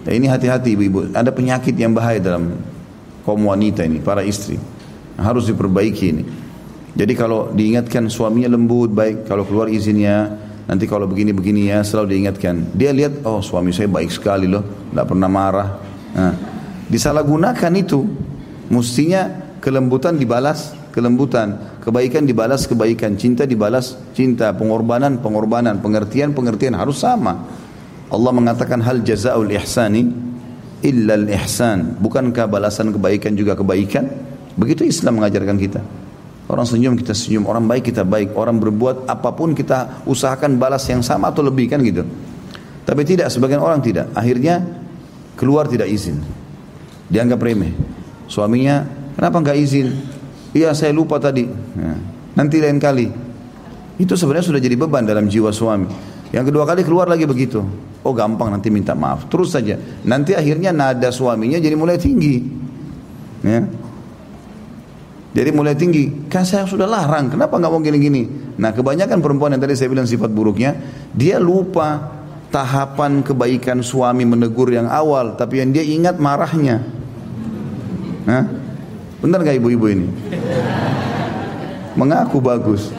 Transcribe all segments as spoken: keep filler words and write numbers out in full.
Dan ini hati-hati ibu-ibu, ada penyakit yang bahaya dalam kaum wanita ini, para istri. Harus diperbaiki ini. Jadi kalau diingatkan suaminya lembut, baik, kalau keluar izinnya, nanti kalau begini-begini ya, selalu diingatkan. Dia lihat, oh suami saya baik sekali loh, tidak pernah marah. Nah, disalahgunakan itu. Mestinya kelembutan dibalas kelembutan, kebaikan dibalas kebaikan, cinta dibalas cinta, pengorbanan pengorbanan, pengertian pengertian, harus sama. Allah mengatakan hal jazaa'ul ihsani illa al-ihsan. Bukankah balasan kebaikan juga kebaikan? Begitu Islam mengajarkan kita. Orang senyum kita senyum, orang baik kita baik, orang berbuat apapun kita usahakan balas yang sama atau lebih, kan gitu. Tapi tidak, sebagian orang tidak. Akhirnya keluar tidak izin, dianggap remeh. Suaminya, kenapa enggak izin? Iya saya lupa tadi, nah, nanti lain kali. Itu sebenarnya sudah jadi beban dalam jiwa suami. Yang kedua kali keluar lagi begitu, oh gampang nanti minta maaf, terus saja. Nanti akhirnya nada suaminya jadi mulai tinggi, ya. Jadi mulai tinggi, kan saya sudah larang, kenapa nggak mau gini-gini? Nah kebanyakan perempuan yang tadi saya bilang sifat buruknya, dia lupa tahapan kebaikan suami menegur yang awal, tapi yang dia ingat marahnya. Nah, benar gak ibu-ibu ini? Mengaku bagus.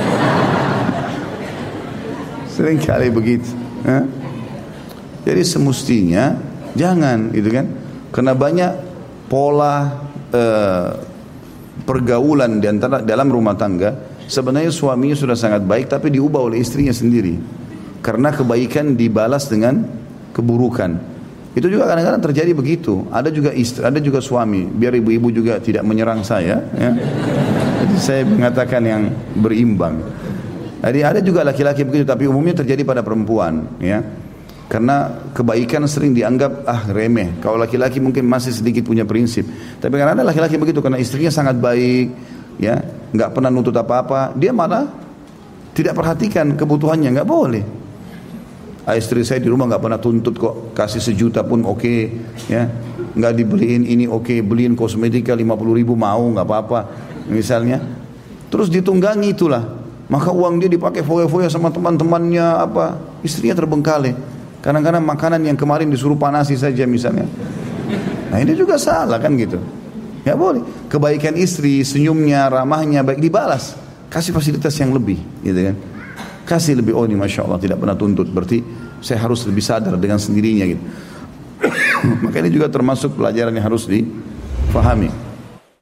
Sering kali begitu. Nah, jadi semestinya jangan, gitu kan? Karena banyak pola eh, pergaulan di antara dalam rumah tangga, sebenarnya suaminya sudah sangat baik tapi diubah oleh istrinya sendiri karena kebaikan dibalas dengan keburukan. Itu juga kadang-kadang terjadi begitu. Ada juga istri, ada juga suami. Biar ibu-ibu juga tidak menyerang saya, ya. Jadi saya mengatakan yang berimbang. Jadi ada juga laki-laki begitu, tapi umumnya terjadi pada perempuan, ya. Karena kebaikan sering dianggap ah remeh. Kalau laki-laki mungkin masih sedikit punya prinsip. Tapi karena ada laki-laki begitu, karena istrinya sangat baik, ya, nggak pernah nuntut apa-apa, dia malah tidak perhatikan kebutuhannya, nggak boleh. Ah, istri saya di rumah nggak pernah tuntut kok, kasih sejuta pun oke, okay, ya, nggak dibeliin ini oke, okay, beliin kosmetika lima puluh ribu mau nggak apa-apa, misalnya. Terus ditunggangi itulah, maka uang dia dipakai foya-foya sama teman-temannya, apa, istrinya terbengkalai. Kadang-kadang makanan yang kemarin disuruh panasi saja misalnya. Nah ini juga salah kan gitu. Ya boleh. Kebaikan istri, senyumnya, ramahnya baik dibalas. Kasih fasilitas yang lebih, gitu kan. Kasih lebih, oh ini Masya Allah tidak pernah tuntut, berarti saya harus lebih sadar dengan sendirinya gitu. Maka ini juga termasuk pelajaran yang harus difahami.